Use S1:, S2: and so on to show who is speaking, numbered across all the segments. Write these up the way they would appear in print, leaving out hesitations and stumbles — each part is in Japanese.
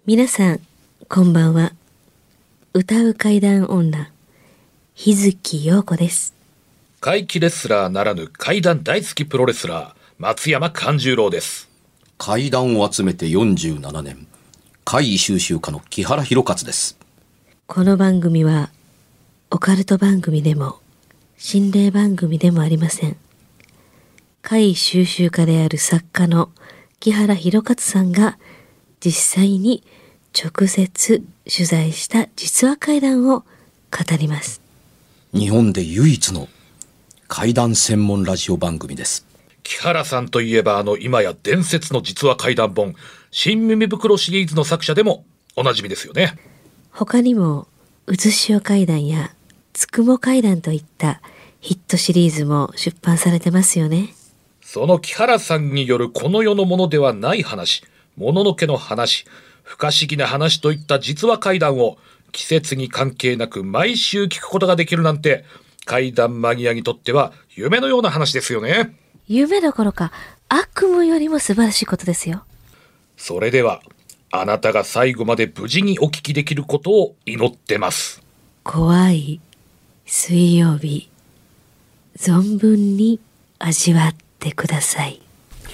S1: 皆さんこんばんは。歌う怪談女日月陽子です。
S2: 怪奇レスラーならぬ怪談大好きプロレスラー松山勘十郎です。
S3: 怪談を集めて47年怪異収集家の木原博勝です。
S1: この番組はオカルト番組でも心霊番組でもありません。怪異収集家である作家の木原博勝さんが実際に直接取材した実話怪談を語ります。
S3: 日本で唯一の怪談専門ラジオ番組です。
S2: 木原さんといえば今や伝説の実話怪談本新耳袋シリーズの作者でもおなじみですよね。
S1: 他にもうずしお怪談やつくも怪談といったヒットシリーズも出版されてますよね。
S2: その木原さんによるこの世のものではない話、もののけの話、不可思議な話といった実話怪談を季節に関係なく毎週聞くことができるなんて怪談マニアにとっては夢のような話ですよね。
S1: 夢どころか悪夢よりも素晴らしいことですよ。
S2: それではあなたが最後まで無事にお聞きできることを祈ってます。
S1: 怖い水曜日、存分に味わってください。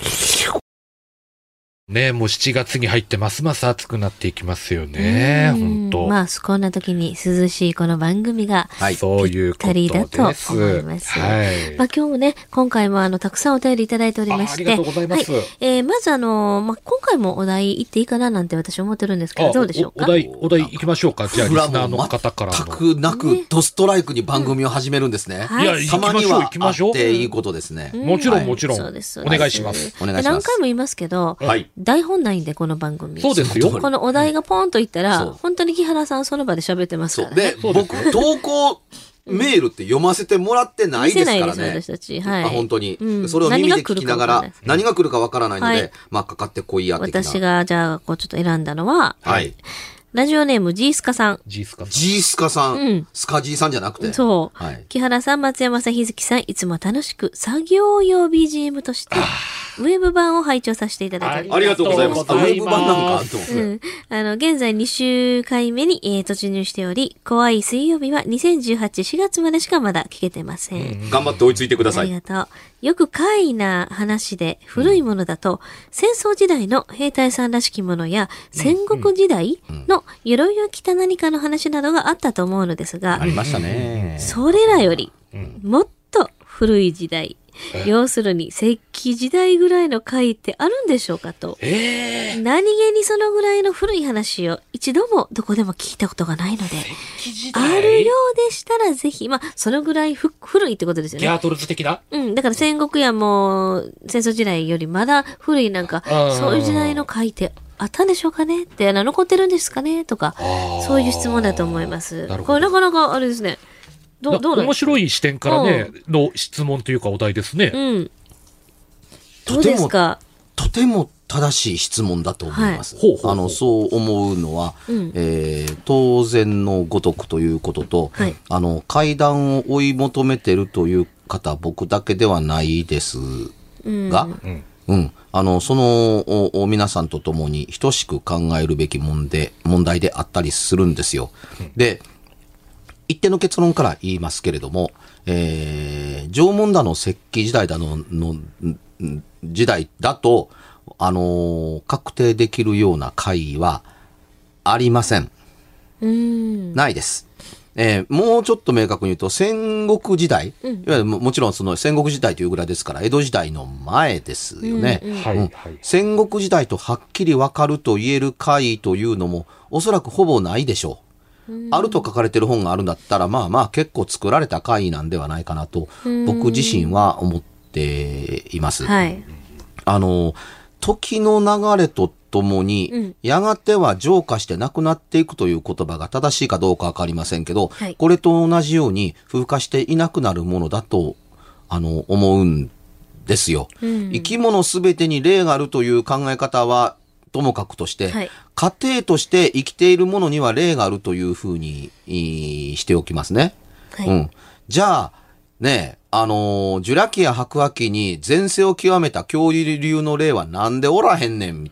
S4: ねえ、もう7月に入ってますます暑くなっていきますよね。本当。
S1: まあこんな時に涼しいこの番組が
S4: そういうこと
S1: ぴったりだと思います。
S4: はい。
S1: まあ今日もね、今回もたくさんお便りいただいておりまして、
S4: ありがとうございます。
S1: はい、まず今回もお題言っていいかななんて私思ってるんですけど、どうでしょうか。
S4: お題行きましょうか。じゃあリスナーの方からの。
S3: 全くなくドストライクに番組を始めるんですね。
S1: はい
S4: いや、
S3: たまには
S4: 行きましょう。
S3: あっていいことですね。
S4: もちろん、もちろん。
S1: そうです
S4: お願いします。
S3: お願いします。
S1: 何回も言いますけど、
S3: はい。
S1: 台本ないんでこの番組。
S4: そうですよ。
S1: このお題がポンと言ったら、
S3: そう
S1: 本当に木原さんその場で喋ってますからね。
S3: で、僕、投稿メールって読ませてもらってないですからね。
S1: 見せないです、私たち。はい。
S3: 本当に、
S1: うん
S3: それを耳で聞きながら、何が来るかわからないので、
S1: はい、
S3: まあ、かかってこいや的な。
S1: 私が、じゃあ、ちょっと選んだのは、
S3: はい。
S1: ラジオネームジースカさん。
S4: ジースカさん。
S3: ジースカさん。
S1: うん
S3: スカジーさんじゃなくて。
S1: そう。
S3: はい。
S1: 木原さん、松山さん、日月さん、いつも楽しく作業用 BGM として、ウェブ版を拝聴させていただいております。
S3: ありがとうございます。ウェブ版なんかあると思う。
S1: 現在2週回目に、突入しており、怖い水曜日は2018、4月までしかまだ聞けてません。
S3: 頑張って追いついてください。
S1: ありがとう。よく怪異な話で古いものだと、戦争時代の兵隊さんらしきものや、戦国時代の鎧を着た何かの話などがあったと思うのですが、
S3: ありましたね。
S1: それらより、もっと古い時代、要するに石器時代ぐらいの怪異ってあるんでしょうかと。何気にそのぐらいの古い話を一度もどこでも聞いたことがないので、あるようでしたらぜひ、まあ、そのぐらい古いってことですよね。
S4: ギャートルズ的な？
S1: うん。だから戦国やもう戦争時代よりまだ古いなんか、そういう時代の怪異ってあったんでしょうかねって、残ってるんですかねとか、そういう質問だと思います。これなかなかあれですね。どう
S4: 面白い視点からね、の質問というかお題ですね。
S1: うん。どうですか？
S3: とても正しい質問だと思います。
S4: はい
S3: そう思うのは、当然のごとくということと、
S1: はい、
S3: 怪談を追い求めてるという方、僕だけではないですが、その皆さんと共に等しく考えるべき問題であったりするんですよ。で、一定の結論から言いますけれども、縄文だの石器時代だの時代だと、確定できるような怪異はありません。ないです。もうちょっと明確に言うと、戦国時代、いわゆるもちろんその戦国時代というぐらいですから、江戸時代の前ですよね。戦国時代とはっきりわかると言える怪異というのも、おそらくほぼないでしょう。あると書かれてる本があるんだったら、まあまあ結構作られた怪異なんではないかなと、僕自身は思っています。
S1: はい。
S3: 時の流れとともに、やがては浄化してなくなっていくという言葉が正しいかどうかわかりませんけど、
S1: はい、
S3: これと同じように風化していなくなるものだと、思うんですよ。生き物すべてに霊があるという考え方は、ともかくとして、はい、家庭として生きているものには霊があるというふうにしておきますね。はい、じゃあ、ねジュラ紀や白亜紀に前世を極めた恐竜の霊はなんでおらへんねん。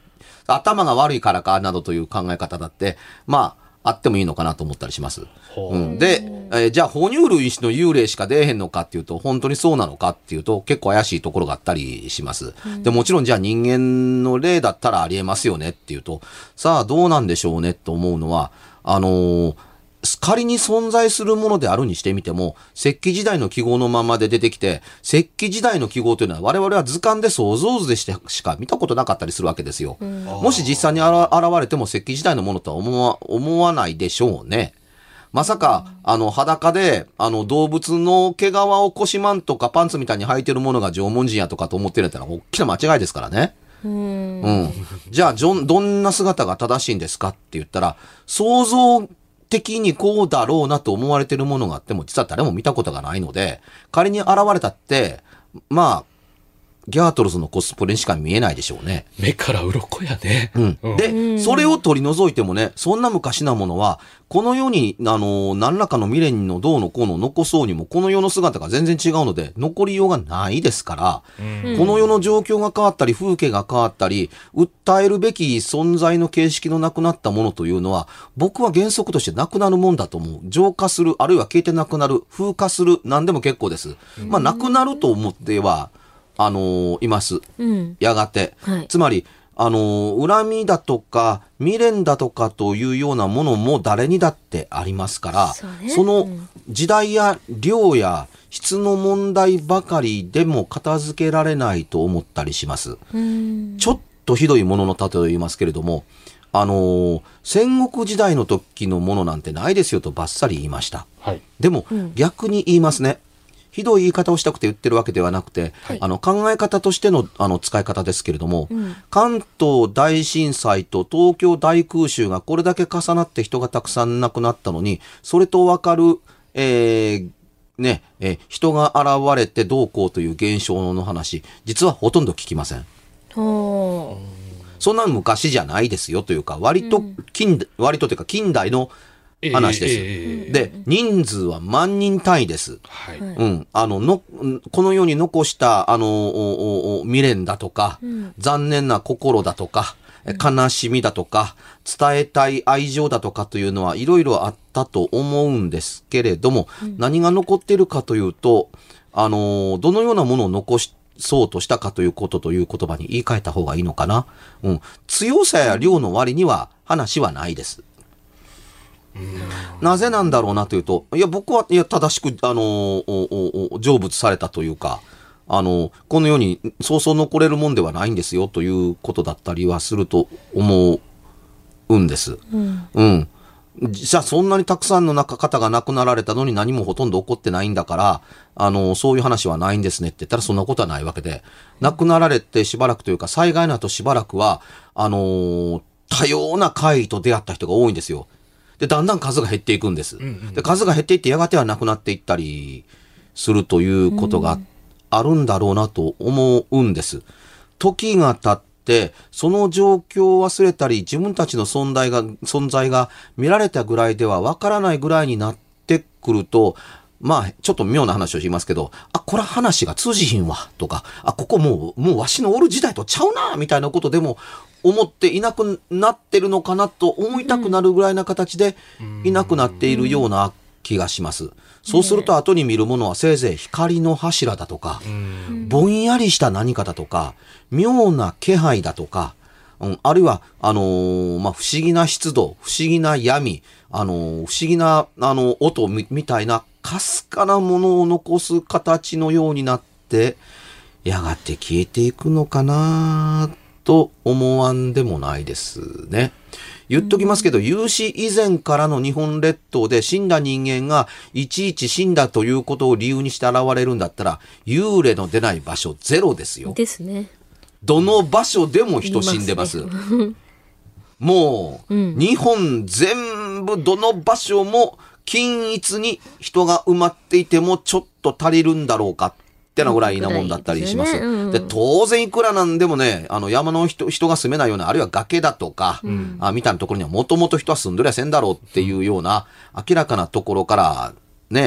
S3: 頭が悪いからかなどという考え方だって、まあ、あってもいいのかなと思ったりします。で、じゃあ、哺乳類の幽霊しか出えへんのかっていうと、本当にそうなのかっていうと、結構怪しいところがあったりします。で、もちろんじゃあ人間の霊だったらありえますよねっていうと、さあどうなんでしょうねと思うのは、仮に存在するものであるにしてみても、石器時代の記号のままで出てきて、石器時代の記号というのは我々は図鑑で想像図でしか見たことなかったりするわけですよ。もし実際に現れても石器時代のものとは思わないでしょうね。まさか、裸で、動物の毛皮を腰マンとかパンツみたいに履いてるものが縄文人やとかと思ってるんだったら、大きな間違いですからね。じゃあ、どんな姿が正しいんですかって言ったら、想像的にこうだろうなと思われてるものがあっても、実は誰も見たことがないので、仮に現れたって、まあ、ギャートルズのコスプレにしか見えないでしょうね。
S4: 目から鱗やね。
S3: で、それを取り除いてもね、そんな昔なものは、この世に、何らかの未練のどうのこうの残そうにも、この世の姿が全然違うので、残りようがないですから、この世の状況が変わったり、風景が変わったり、訴えるべき存在の形式のなくなったものというのは、僕は原則としてなくなるもんだと思う。浄化する、あるいは消えてなくなる、風化する、何でも結構です。まあ、なくなると思っては、います。やがて。つまり、恨みだとか、未練だとかというようなものも誰にだってありますから、その時代や量や質の問題ばかりでも片付けられないと思ったりします。ちょっとひどいものの例えを言いますけれども、戦国時代の時のものなんてないですよとバッサリ言いました。でも、逆に言いますね。ひどい言い方をしたくて言ってるわけではなくて、考え方としての使い方ですけれども、関東大震災と東京大空襲がこれだけ重なって人がたくさん亡くなったのに、それとわかる、人が現れてどうこうという現象の話、実はほとんど聞きません。そんな昔じゃないですよというか、割とというか近代の話です。で、人数は万人単位です。この世に残した、未練だとか、残念な心だとか、悲しみだとか、伝えたい愛情だとかというのはいろいろあったと思うんですけれども、何が残っているかというと、どのようなものを残そうとしたかということという言葉に言い換えた方がいいのかな。強さや量の割には話はないです。なぜなんだろうなというと、いや、僕は、正しく、成仏されたというか、この世にそうそう残れるもんではないんですよということだったりはすると思うんです。じゃあ、そんなにたくさんの方が亡くなられたのに何もほとんど起こってないんだから、そういう話はないんですねって言ったらそんなことはないわけで、亡くなられてしばらくというか、災害の後しばらくは、多様な怪異と出会った人が多いんですよ。で、だんだん数が減っていくんです。で、数が減っていってやがてはなくなっていったりするということがあるんだろうなと思うんです。時が経って、その状況を忘れたり、自分たちの存在が見られたぐらいではわからないぐらいになってくると、まあ、ちょっと妙な話をしますけど、これは話が通じひんわ、とか、ここもうわしのおる時代とちゃうな、みたいなことでも思っていなくなってるのかなと思いたくなるぐらいな形でいなくなっているような気がします。そうすると後に見るものはせいぜい光の柱だとか、ぼんやりした何かだとか、妙な気配だとか、あるいは、不思議な湿度、不思議な闇、不思議な、音みたいな、かすかなものを残す形のようになって、やがて消えていくのかなと思わんでもないですね。言っときますけど、有史以前からの日本列島で死んだ人間がいちいち死んだということを理由にして現れるんだったら、幽霊の出ない場所ゼロですよ。
S1: ですね。
S3: どの場所でも人死んでます。もう、日本全部どの場所も均一に人が埋まっていてもちょっと足りるんだろうかってなぐらいなもんだったりします。で、当然いくらなんでもね、山の人が住めないような、あるいは崖だとか、みたいなところにはもともと人は住んどりゃせんだろうっていうような明らかなところからね、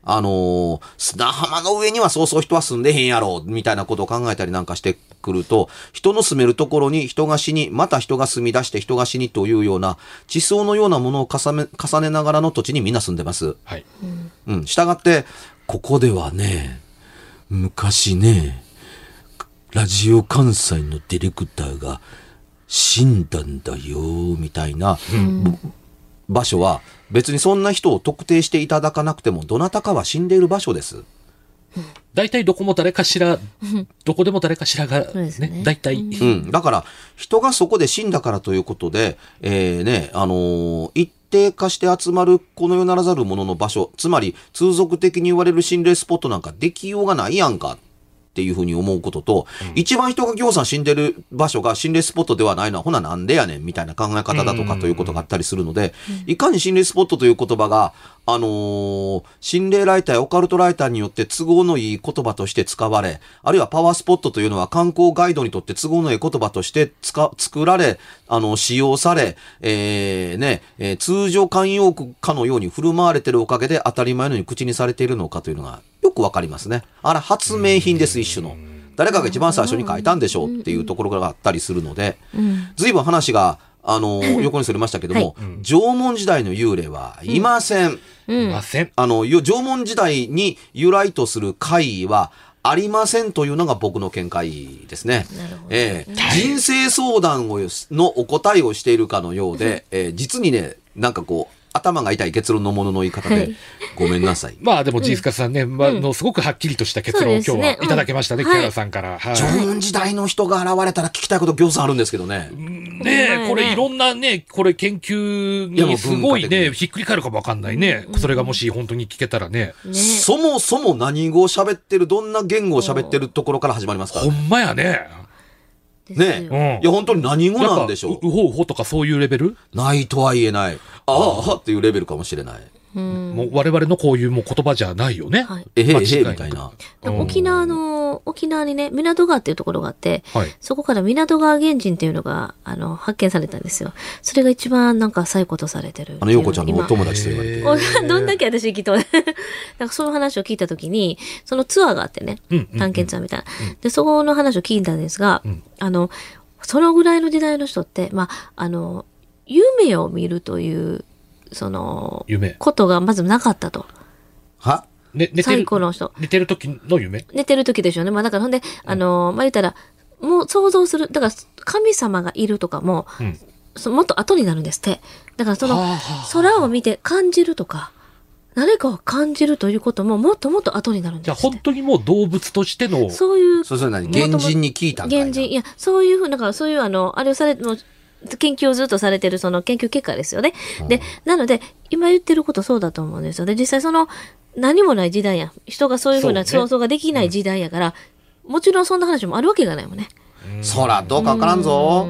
S3: 砂浜の上にはそうそう人は住んでへんやろ、みたいなことを考えたりなんかしてくると、人の住めるところに人が死に、また人が住み出して人が死にというような地層のようなものを重ねながらの土地にみんな住んでます。
S4: はい。
S3: したがって、ここではね、昔ね、ラジオ関西のディレクターが死んだんだよ、みたいな、場所は別にそんな人を特定していただかなくてもどなたかは死んでいる場所です。
S4: 大体どこも誰かしら、どこでも誰かしらがね、大体。
S3: だから人がそこで死んだからということで、一定化して集まるこの世ならざるものの場所、つまり通俗的に言われる心霊スポットなんかできようがないやんかっていうふうに思うことと、一番人がぎょうさん死んでる場所が心霊スポットではないのはほななんでやねんみたいな考え方だとかということがあったりするので、いかに心霊スポットという言葉が心霊ライターやオカルトライターによって都合のいい言葉として使われ、あるいはパワースポットというのは観光ガイドにとって都合のいい言葉として作られ、使用され、通常慣用句かのように振る舞われているおかげで当たり前のように口にされているのかというのがよくわかりますね。あれ発明品です、一種の。誰かが一番最初に書いたんでしょうっていうところがあったりするので、随分話が横にそれましたけども、縄文時代の幽霊はいません。
S4: いません。
S3: 縄文時代に由来とする怪異はありませんというのが僕の見解ですね。人生相談のお答えをしているかのようで、実にね、なんかこう、頭が痛い結論のものの言い方で、ごめんなさい。
S4: まあでも、ジースカさんね、すごくはっきりとした結論を今日はいただけましたね、木原さんから。
S3: 縄文時代の人が現れたら聞きたいことぎょうさんあるんですけどね。
S4: ねえ、これいろんなね、これ研究にすごいね、ひっくり返るかもわかんないね。それがもし本当に聞けたらね。
S3: そもそも何語を喋ってる、どんな言語を喋ってるところから始まりますから。
S4: ほんまやね。
S3: ね、いや本当に何語なんでしょう。
S4: うほうほとかそういうレベル？
S3: ないとは言えない。ああっていうレベルかもしれない。
S4: もう我々のこういうもう言葉じゃないよね。
S3: みたいな。
S1: 沖縄にね、港川っていうところがあって、そこから港川原人っていうのが、発見されたんですよ。それが一番なんか最古とされてる。
S3: 陽子ちゃんのお友達と言われてる。
S1: どんだけ私聞いたなんかその話を聞いたときに、そのツアーがあってね、探検ツアーみたいな。で、そこの話を聞いたんですが、そのぐらいの時代の人って、夢を見るという、ことがまずなかったと。
S3: は？
S1: 最古の人。
S4: 寝てる時の夢？
S1: 寝てる時でしょうね。だからほんで、言ったら、もう想像する。だから、神様がいるとかも、もっと後になるんですって。だから空を見て感じるとか、誰かを感じるということももっともっと後になるんですって。
S4: じゃあ本当にもう動物としての。
S3: そういう。そう何？原人に聞いたんだ。
S1: 原人、いや、そういうふう、だからそういうあれをされて、研究をずっとされてるその研究結果ですよね。で、なので、今言ってることそうだと思うんですよ。で、実際何もない時代や。人がそういうふうな想像ができない時代やから、もちろんそんな話もあるわけがないもんね。
S3: そら、どうかわからんぞ。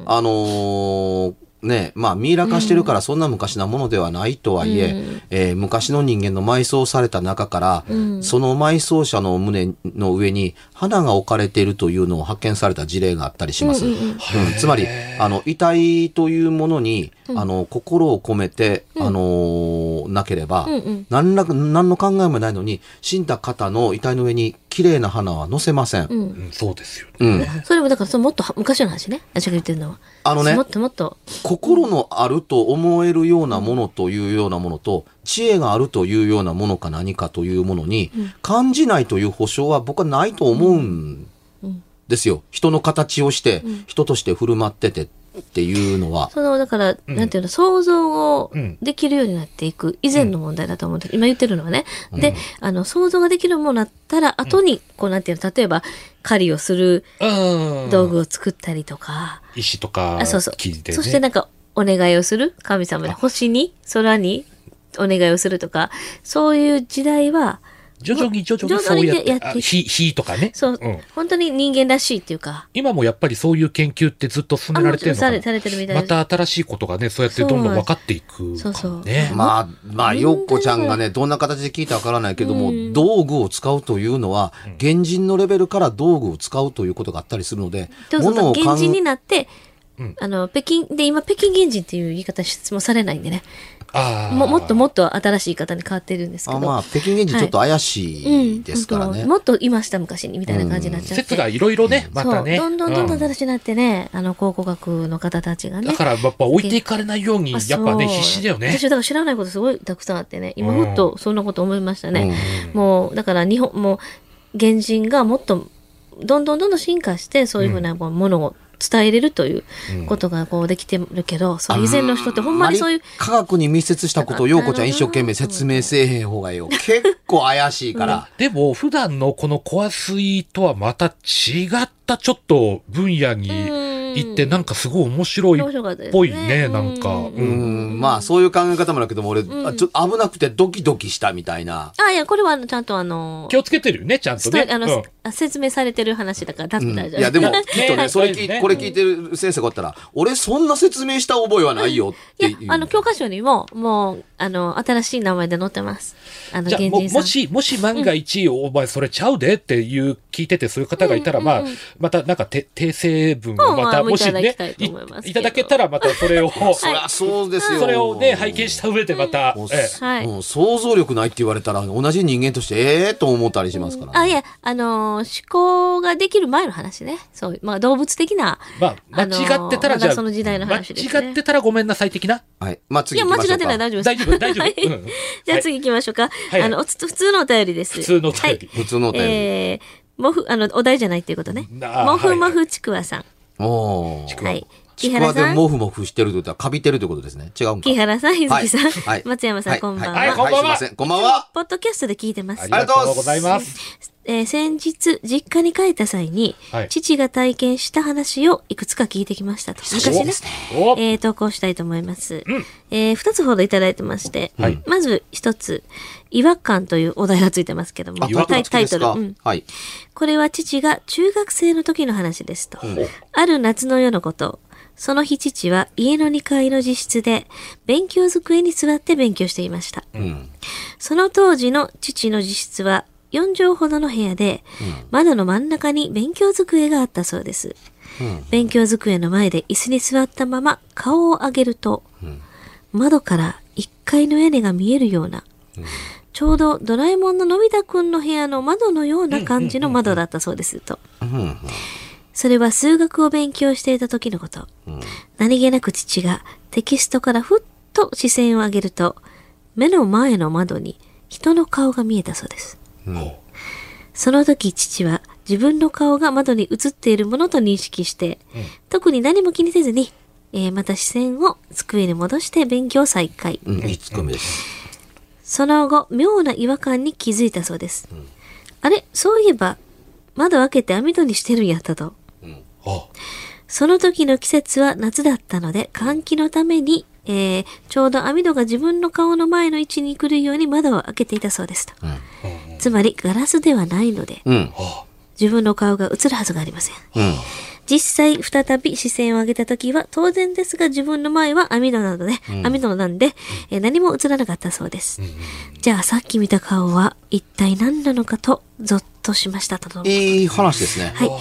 S3: ミイラ化してるからそんな昔なものではないとはいえ、昔の人間の埋葬された中から、その埋葬者の胸の上に花が置かれているというのを発見された事例があったりします。つまり、遺体というものに、心を込めて、なければ、何の考えもないのに、死んだ方の遺体の上に綺麗な花は乗せません。
S4: そうですよね。
S1: それもだからもっと昔の話ね。私が言ってるのは。もっともっと。
S3: 心のあると思えるようなものというようなものと、知恵があるというようなものか何かというものに、感じないという保証は僕はないと思うんですよ。人の形をして、人として振る舞ってて。っていうのは。
S1: だから、なんていうの、想像をできるようになっていく以前の問題だと思うんです。今言ってるのはね。で、想像ができるようになったら、後に、なんていうの、例えば、狩りをする道具を作ったりとか。
S4: 石とか、木でね。
S1: そしてなんか、お願いをする神様に、星に、空にお願いをするとか、そういう時代は、
S4: 徐々にそうやって、火とかね。
S1: そう、本当に人間らしいっていうか。
S4: 今もやっぱりそういう研究ってずっと進められてるのかな。
S1: されてるみたい
S4: また新しいことがね、そうやってどんどん分かっていくかもね。
S3: よっこちゃんがね、どんな形で聞いたかわからないけども、道具を使うというのは、原人のレベルから道具を使うということがあったりするので、
S1: 原人になって、 北京で今北京原人っていう言い方質問されないんでね。もっともっと新しい言い方に変わってるんですけど。
S3: まあ、北京原人ちょっと怪しいですからね。
S1: もっといました昔にみたいな感じになっちゃって。
S4: 説がいろいろね、またね。
S1: どんどん新しくなってね、考古学の方たちがね。
S4: だからやっぱ置いていかれないように、やっぱね、必死だよね。
S1: 私だから知らないことすごいたくさんあってね、今もっとそんなこと思いましたね。もう、だから日本、もう、原人がもっと、どんどん進化して、そういうふうなものを伝えれるということがこうできてるけど、それ以前の人ってほんまにそういう。
S3: 科学に密接したことを陽子ちゃん一生懸命説明せえへん方がいいよ。結構怪しいから。
S4: でも普段のこのコア水とはまた違ったちょっと分野に行ってなんかすごい面白いっぽいね、なんか。
S3: まあそういう考え方もあるけども、俺、ちょっと危なくてドキドキしたみたいな。
S1: いや、これはちゃんと
S4: 気をつけてるよね、ちゃんとね。
S1: 説明されてる話だから、大丈夫。
S3: いや、でも、きっとね、これ聞いてる先生がおったら、俺そんな説明した覚えはないよっていう。
S1: いや、教科書にも、もう、新しい名前で載ってます。
S4: じゃあ、もし万が一、お前それちゃうでっていう聞いててそういう方がいたら、まあ、またなんか訂正文をまた、もしね、いただけたらまたそれを、
S3: そりゃそうですよ。
S4: それをね、拝見した上でまた、
S3: 想像力ないって言われたら、同じ人間としてと思ったりしますから。
S1: いや、思考ができる前の話ね。そう、まあ動物的な。
S4: まあ、間違ってたらじゃあ、
S1: その時代の話ですね。
S4: 間違ってたらごめんなさい的な。
S3: はい。まあ次行きましょうか。
S1: いや、間違ってない、大丈夫です。
S4: 大丈夫。
S1: じゃあ次行きましょうか。普通のお便りです。
S4: 普通のお便り。
S3: 普通のお便り。
S1: お題じゃないっていうことね。もふもふちくわさん。はい。
S3: ちくわでもふもふしてると言ったら、かびてるということですね。違うんか。
S1: 木原さん、日月さん、松山さん、こんばんは。
S4: はい、こんばんは。
S3: こんばんは。
S1: ポッドキャストで聞いてます。
S3: ありがとうございます。
S1: 先日、実家に帰った際に、父が体験した話をいくつか聞いてきましたと。昔ね、投稿したいと思います。2つほどいただいてまして、まず1つ、違和感というお題がついてますけども、タイトル。これは父が中学生の時の話ですと。ある夏の夜のこと、その日父は家の2階の自室で勉強机に座って勉強していました。その当時の父の自室は4畳ほどの部屋で、窓の真ん中に勉強机があったそうです。勉強机の前で椅子に座ったまま顔を上げると、窓から1階の屋根が見えるような、ちょうどドラえもんののび太くんの部屋の窓のような感じの窓だったそうですと。それは数学を勉強していた時のこと。何気なく父がテキストからふっと視線を上げると、目の前の窓に人の顔が見えたそうです。その時父は自分の顔が窓に映っているものと認識して、特に何も気にせずに、また視線を机に戻して勉強再開。
S3: いいツッコミです。
S1: その後、妙な違和感に気づいたそうです。あれ、そういえば、窓開けて網戸にしてるんやったと。その時の季節は夏だったので、換気のために、ちょうど網戸が自分の顔の前の位置に来るように窓を開けていたそうですと。つまり、ガラスではないので、自分の顔が映るはずがありません。実際、再び視線を上げた時は、当然ですが自分の前は網戸なので、何も映らなかったそうです。じゃあ、さっき見た顔は一体何なのかと、ゾッとしましたと。
S3: いい話ですね。
S1: はい。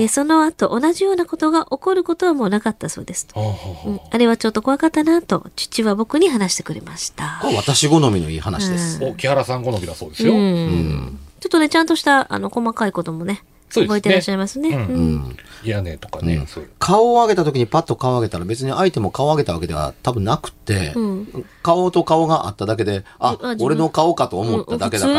S1: その後、同じようなことが起こることはもうなかったそうですと。あれはちょっと怖かったなと、父は僕に話してくれました。
S3: 私好みのいい話です。
S4: 木原さん好みだそうですよ。
S1: ちょっとね、ちゃんとした、細かいこともね、覚えてらっしゃいますね。
S4: 屋根とかね。
S3: 顔を上げた時にパッと顔を上げたら別に相手も顔を上げたわけでは多分なくて、顔と顔があっただけで、俺の顔かと思っただけだから、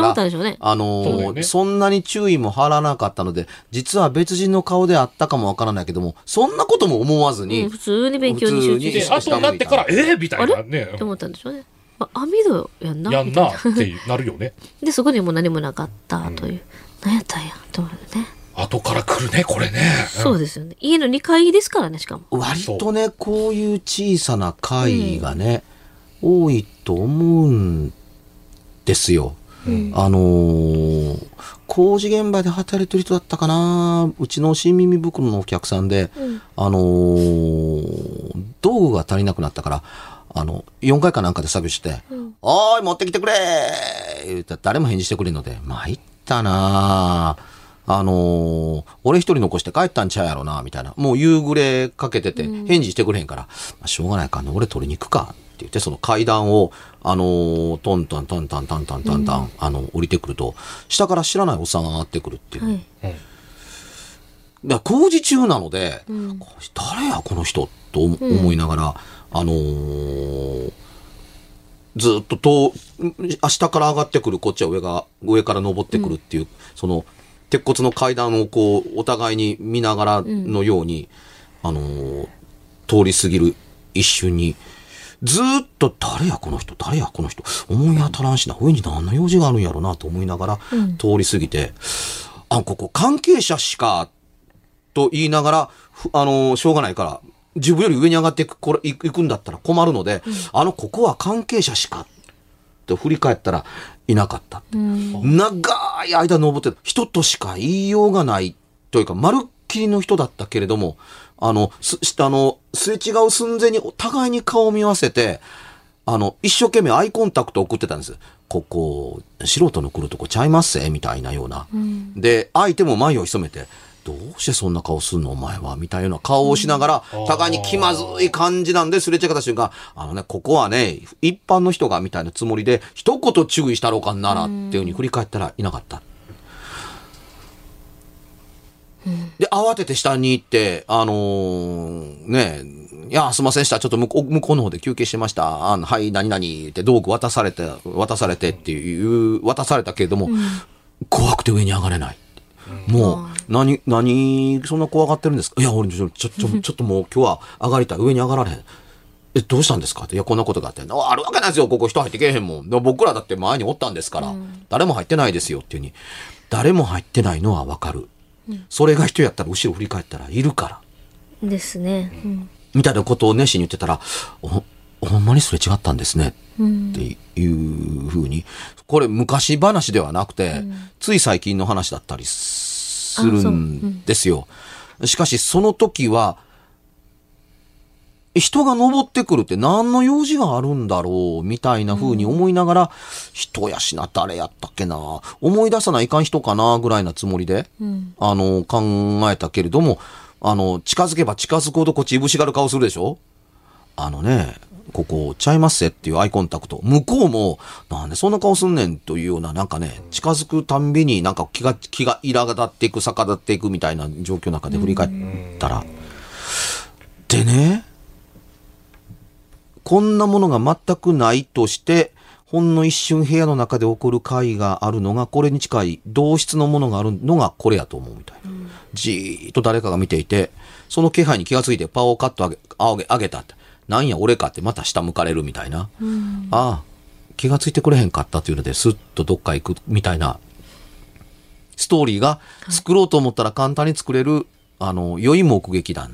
S3: そんなに注意も払わなかったので、実は別人の顔であったかもわからないけども、そんなことも思わずに、
S1: 普通に勉強に集中して。
S4: 後になってから、みたいなね。
S1: って思ったんでしょうね。網戸やんな。
S4: やんなってなるよね。
S1: で、そこにも何もなかったという。何やったんや、と思うね。
S4: 後から来るね、これね。
S1: そうですよね。家の2階ですからね、しかも。
S3: 割とね、こういう小さな階がね、多いと思うんですよ。工事現場で働いてる人だったかな、うちの新耳袋のお客さんで、道具が足りなくなったから、4階かなんかで作業して、おーい、持ってきてくれー言ったら誰も返事してくれんので、参ったなぁ。 俺一人残して帰ったんちゃうやろな、みたいな。もう夕暮れかけてて、返事してくれへんから、まあ、しょうがないからね、俺取りに行くか、って言って、その階段を、トントントントントントントントン、降りてくると、下から知らないおっさんが上がってくるっていう。だから工事中なので、誰や、この人、と思いながら、ずっと下から上がってくる、こっちは上から登ってくるっていう、その、鉄骨の階段をこう、お互いに見ながらのように、通り過ぎる一瞬に、ずーっと誰やこの人、思い当たらんしな、上に何の用事があるんやろなと思いながら、通り過ぎて、ここ関係者しか、と言いながら、しょうがないから、自分より上に上がって行くんだったら困るので、ここは関係者しか、と振り返ったらいなかった。長い間登って人としか言いようがないというか、まるっきりの人だったけれども、すれ違う寸前にお互いに顔を見合わせて、一生懸命アイコンタクトを送ってたんです。ここ、素人の来るとこちゃいますみたいなような。で、相手も前を潜めて、どうしてそんな顔すんのお前はみたいな顔をしながら、互いに気まずい感じなんで、すれ違った瞬間、ここはね、一般の人がみたいなつもりで、一言注意したろうかならっていう風に振り返ったらいなかった。で、慌てて下に行って、いや、すいませんでした。ちょっと向こうの方で休憩してました。はい、何々って道具渡されてっていう、渡されたけれども、怖くて上に上がれない。もう、何、そんな怖がってるんですか？いや、俺、ちょっともう今日は上がりたい。上に上がられへん。どうしたんですかって。いや、こんなことがあって。あるわけないですよ。ここ人入ってけえへんもん。僕らだって前におったんですから。誰も入ってないですよっていう風に。誰も入ってないのはわかる。それが人やったら後ろ振り返ったらいるから。
S1: ですね。
S3: みたいなことを熱心に言ってたら、ほんまにすれ違ったんですね。っていう風に。これ昔話ではなくて、つい最近の話だったりするんですよ。しかしその時は、人が登ってくるって何の用事があるんだろうみたいな風に思いながら、人やしな、誰やったっけな、思い出さないかん人かなぐらいなつもりで、考えたけれども、近づけば近づくほどこっちいぶしがる顔するでしょ。ここちゃいますせっていうアイコンタクト。向こうも、なんでそんな顔すんねんというような、なんかね、近づくたんびになんか気が苛立っていく、逆立っていくみたいな状況の中で振り返ったら。でね、こんなものが全くないとして、ほんの一瞬部屋の中で起こる会があるのが、これに近い同質のものがあるのがこれやと思うみたいな。じーっと誰かが見ていて、その気配に気がついてパワーをカット上げたって。なんや俺かってまた下向かれるみたいな。気がついてくれへんかったというのでスッとどっか行くみたいなストーリーが作ろうと思ったら簡単に作れる、良い目撃談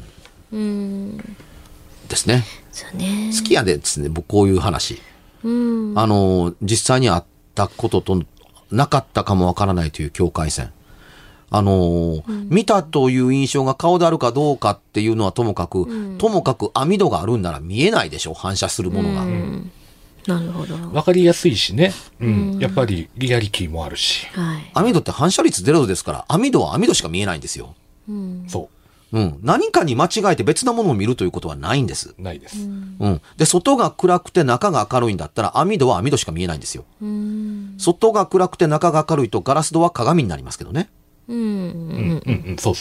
S3: ですね。
S1: そうね。
S3: 好きやでですね、僕こういう話。実際にあったこととなかったかもわからないという境界線。見たという印象が顔であるかどうかっていうのはともかく網戸があるんなら見えないでしょ、反射するものが。
S1: なるほど。
S4: わかりやすいしね。やっぱりリアリティもあるし。
S3: 網戸って反射率0ですから、網戸は網戸しか見えないんですよ。
S4: そう。
S3: 何かに間違えて別なものを見るということはないんです。
S4: ないです。
S3: で、外が暗くて中が明るいんだったら網戸は網戸しか見えないんですよ。外が暗くて中が明るいとガラス戸は鏡になりますけどね。
S4: そう。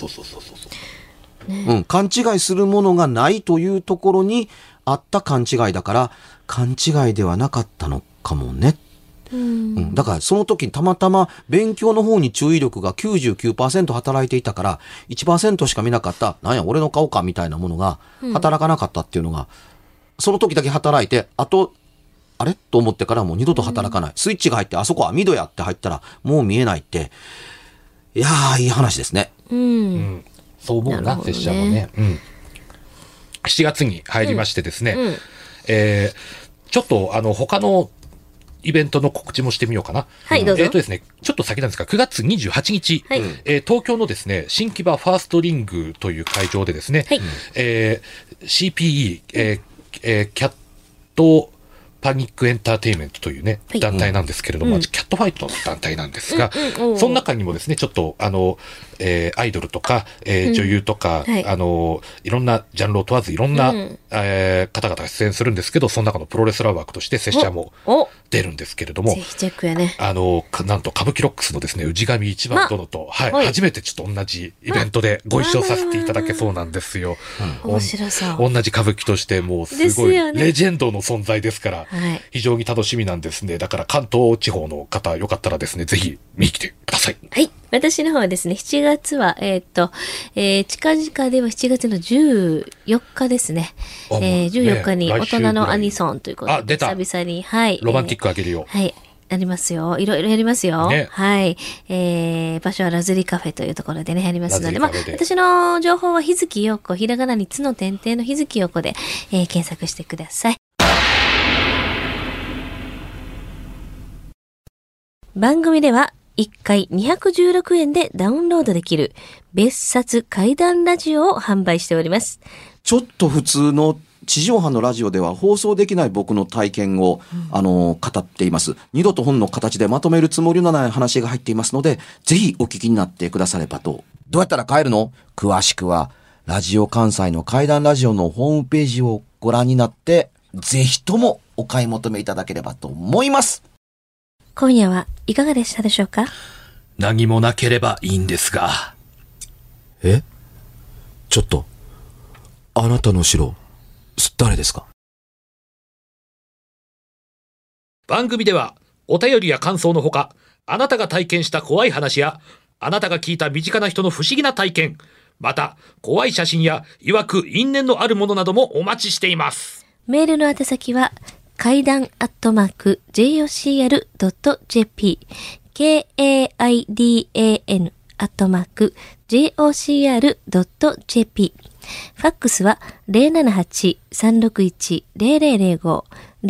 S3: 勘違いするものがないというところにあった勘違いだから、勘違いではなかったのかもね。だからその時にたまたま勉強の方に注意力が 99% 働いていたから 1% しか見なかった、なんや俺の顔かみたいなものが働かなかったっていうのが、その時だけ働いて、あとあれと思ってからもう二度と働かない。スイッチが入って、あそこ網戸やって入ったらもう見えないって、いやー、いい話ですね。
S4: そう思うな、拙者もね。7月に入りましてですね、ちょっと他のイベントの告知もしてみようかな。
S1: はい、どうぞ。
S4: ですね、ちょっと先なんですが、9月28日、東京のですね、新木場ファーストリングという会場でですね、CPE、キャットパニックエンターテインメントというね、
S1: はい
S4: 団体なんですけれども、キャットファイトの団体なんですが、その中にもですね、ちょっとアイドルとか、女優とか、
S1: はい
S4: いろんなジャンルを問わずいろんな、方々が出演するんですけど、その中のプロレスラー枠として拙者も出るんですけれども、
S1: ぜひチェックやね。
S4: なんと歌舞伎ロックスのですね、氏神一番殿と、はい、初めてちょっと同じイベントでご一緒させていただけそうなんですよ。
S1: 面白そう。
S4: 同じ歌舞伎としてもうすごいレジェンドの存在ですから、非常に楽しみなんですね。だから関東地方の方よかったらですね、ぜひ見に来てください。
S1: はい。私の方はですね、7月は、近々では7月の14日ですね。14日に大人のアニソンということで、久々に、はい。
S4: ロマンティックあげるよ。
S1: はい。ありますよ。いろいろやりますよ。
S4: ね、
S1: はい。場所はラズリカフェというところでね、やりますので、私の情報は日月陽子、ひらがなにつの点々の日月陽子で、検索してください。番組では、1回216円でダウンロードできる別冊怪談ラジオを販売しております。
S5: ちょっと普通の地上波のラジオでは放送できない僕の体験を、語っています。二度と本の形でまとめるつもりのない話が入っていますので、ぜひお聞きになってくださればと。どうやったら買えるの？詳しくは、ラジオ関西の怪談ラジオのホームページをご覧になって、ぜひともお買い求めいただければと思います。
S1: 今夜はいかがでしたでしょうか？
S4: 何もなければいいんですが。
S5: ちょっと、あなたの城、誰ですか？
S2: 番組ではお便りや感想のほか、あなたが体験した怖い話やあなたが聞いた身近な人の不思議な体験、また怖い写真や曰く因縁のあるものなどもお待ちしています。
S1: メールの宛先は怪談@jocr.jp KAIDAN@jocr.jp ファックスは 078-361-0005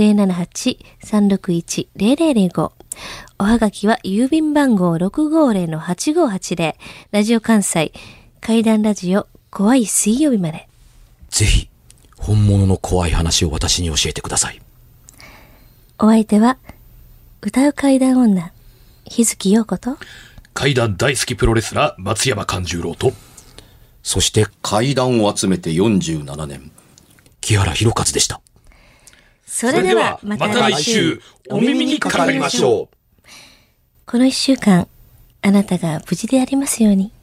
S1: 078-361-0005 おはがきは郵便番号 650-8580 ラジオ関西怪談ラジオ怖い水曜日まで。
S5: ぜひ本物の怖い話を私に教えてください。
S1: お相手は歌う怪談女日月陽子と
S2: 怪談大好きプロレスラー松山勘十郎と、
S5: そして怪談を集めて47年木原博一でした。
S1: それではまた来週
S2: お耳にかかりましょう。
S1: この1週間あなたが無事でありますように。